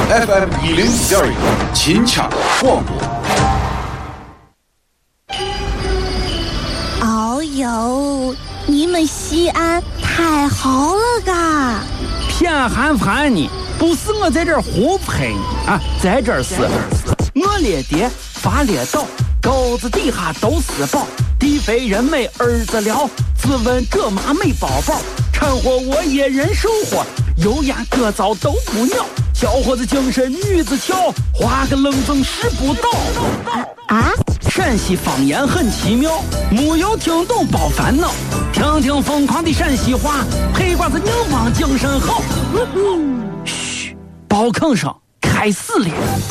FM105.1秦腔广播。 哦呦，你们西安太好了嘎！ 偏寒寒你，不是我在这儿胡喷你啊，在这儿是我列爹发列倒，沟子底下都是宝，地肥人美儿子了，自问这妈没宝宝，掺和我也人生活，油盐各糟都不尿，小伙子精神女子俏，画个愣风使不倒啊！ 陕西方言很奇妙，没有听懂别烦恼，听听疯狂的陕西话，黑瓜子硬邦精神好。嘘，包吭声开始了。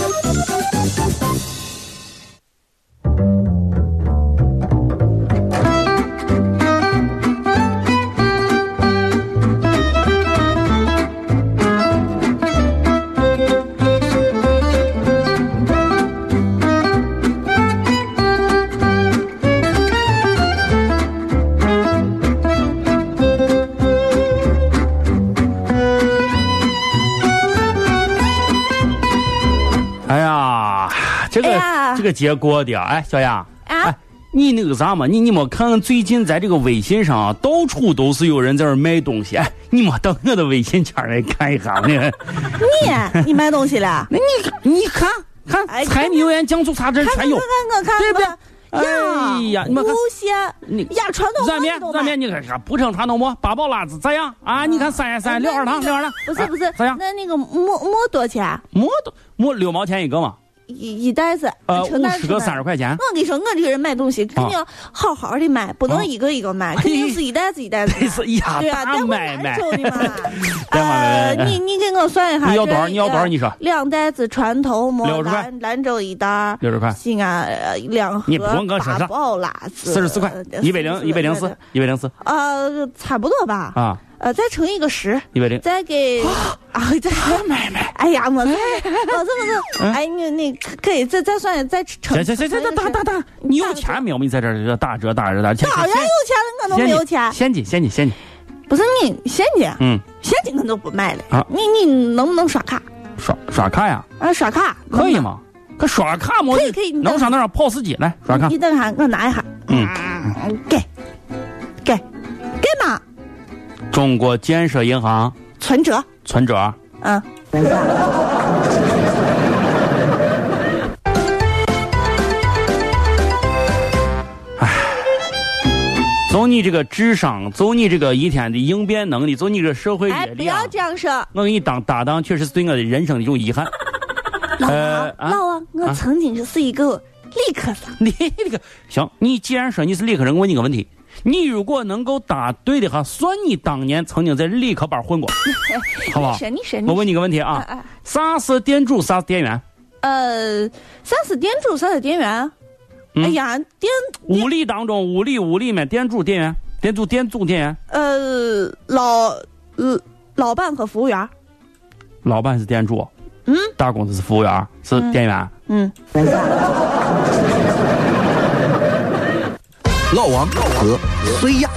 这个节过的哎，小杨哎，你那个啥嘛，你没看看最近在这个微信上啊，到处都是有人在这卖东西，哎，你没到我的微信圈来看一下呢？ 你卖东西了？ 那你看柴米油盐酱醋茶这全有， 我看对不对？ 哎呀，你们看， 你呀，传统软面，你看不成传统馍，八宝辣子咋样啊？你看313六二堂， 不是， 咋样？ 那个馍多少钱？ 馍6毛钱一个嘛。 一袋子 50个30块钱。 我跟你说，我这个人买东西肯定要好好的买，不能一个一个买，肯定是一袋子一袋子。 对啊，大买。 你给我算一下， 你要多少？你说。 2袋子传统馍 ，60块。 兰州一袋 ，60块。 西安2盒八宝辣子 ，44块，104。 差不多吧。 啊。 再乘一个10，100，再给再买。 哎呀，我这哎，你可以再算再乘。 行，打，你有钱没有？你在这儿打折。当然有钱了， 我都没有钱。 现金。 不是你现金，现金我都不买了啊。你能不能刷卡？ 刷卡呀？ 刷卡可以吗？可刷卡吗？ 可以。 能上那儿跑司机来刷卡？ 你等下，我拿一下。给嘛？ 中国建设银行存折。 走你这个智商，走你这个一天的应变能力，走你这个社会阅历， 不要这样说。 我给你当搭档，确实是对我的人生的一种遗憾。 老王，我曾经就是一个理科生。 行，你既然说你是理科生，我问你个问题。你如果能够答对的话，算你当年曾经在理科班混过，好不好？ 你说我问你个问题啊，啥是店主，啥是店员？ 啥是店主，啥是店员？哎呀， 物理当中，物理嘛，店主、店员，店主、店员。 老板和服务员。 老板是店主，打工的是服务员，是店员。 老王和谁呀？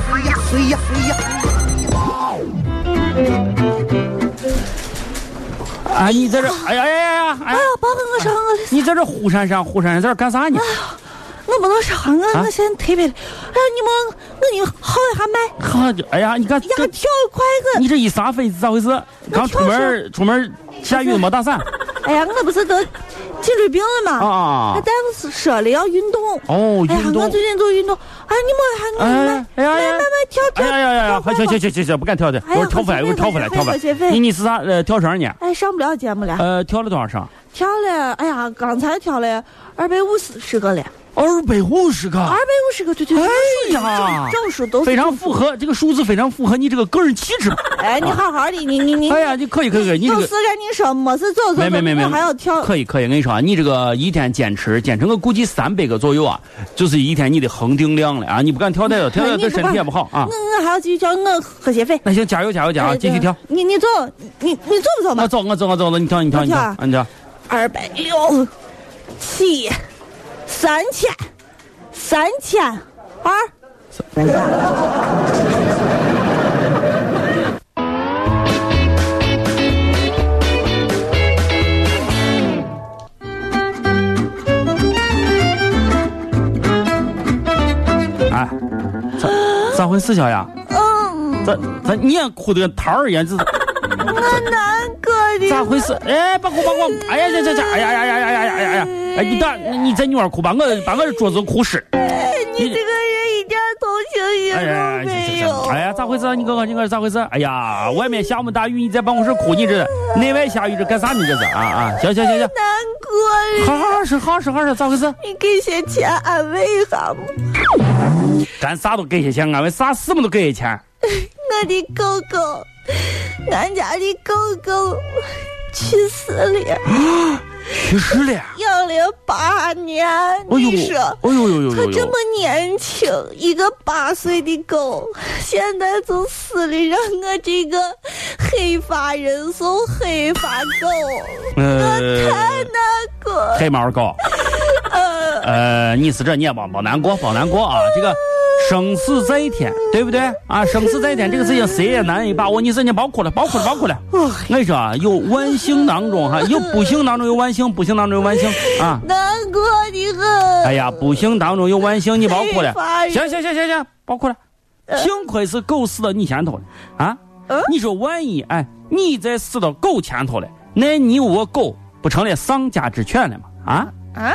啊！你在这，哎呀！ 宝哥，我说你在这忽闪闪，在这干啥呢？ 我不能说，我现在特别的。你好一下麦。 好，哎呀，你看呀，跳快个！ 你这一撒飞是咋回事？刚出门下雨没打伞。 哎呀，我不是得颈椎病了吗？ 啊！ 大夫说了要运动。 哦，运动。 我最近做运动。哎，你莫还慢跳。 哎，行，不敢跳的，我跳不来。你是啥？跳绳呢？ 哎，上不了节目了。 跳了多少绳？ 跳了，哎呀，刚才跳了250个了。 250个 ，250个，对。 哎呀， 证书都非常符合这个数字，非常符合你这个个人气质。 哎，你好好的，你。 哎呀，你可以，你这个。 有事跟你说，没事走， 没， 还要跳。 可以，我跟你说啊，你这个一天坚持个估计300个左右啊，就是一天你的恒定量了啊！你不敢跳太多，跳对身体也不好啊。 我还要继续跳，我喝些肺。 那行，加油，继续跳。 你走，你走不走嘛？ 我走，你跳。 260、7、3200。 回事，小雅？这你也哭得跟桃儿一样， 我难过的。 咋回事？哎，别哭！哎呀，哎呀！哎，你在女儿哭，把我桌子哭湿。 你这个人一点同情心都没有。 哎呀，咋回事？你哥咋回事？哎呀，外面下那么大雨，你在办公室哭，你这内外下雨这干啥？你这是啊？行， 难过。 好事，咋回事？ 你给些钱安慰一下吗？ 干啥都给些钱安慰，啥事么都给些钱。 我的狗狗，俺家的狗狗去世了。 去世了， 养了8年，你说，他这么年轻，一个8岁的狗，现在就死了，让我这个黑发人送黑发狗，我太难过。 黑毛狗，你是这你也别难过啊，这个。生死在天，对不对啊？生死在天，这个事情谁也难以把握。你是你别哭了。我跟你说啊，有万幸当中哈，有不幸当中有万幸，不幸当中有万幸啊。 难过的很。 哎呀，不幸当中有万幸，你别哭了。行，别哭了。幸亏是狗死到你前头了啊！你说万一你再死到狗前头了，那你我狗不成了丧家之犬了吗？啊？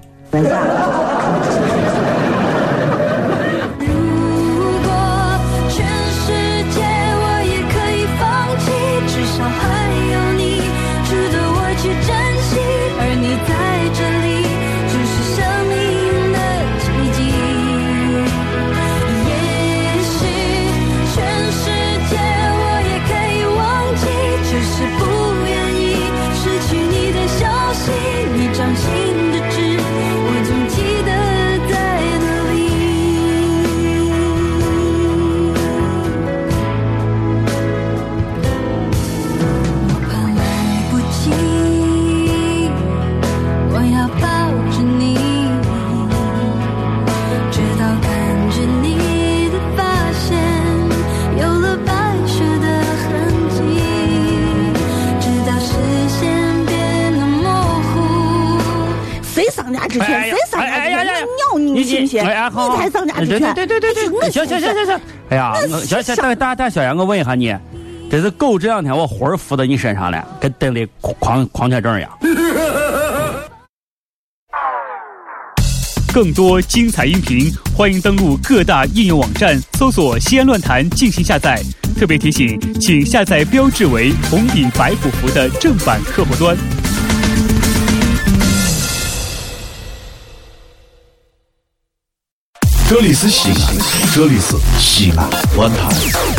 你才丧家之犬。 对，行。哎呀，行，大小杨，我问一下你，这是狗这2天我魂儿附到你身上了，跟得了狂犬症一样。 更多精彩音频，欢迎登录各大应用网站搜索西安论坛进行下载。特别提醒，请下载标志为红底白虎符的正版客户端。 这里是西安论坛。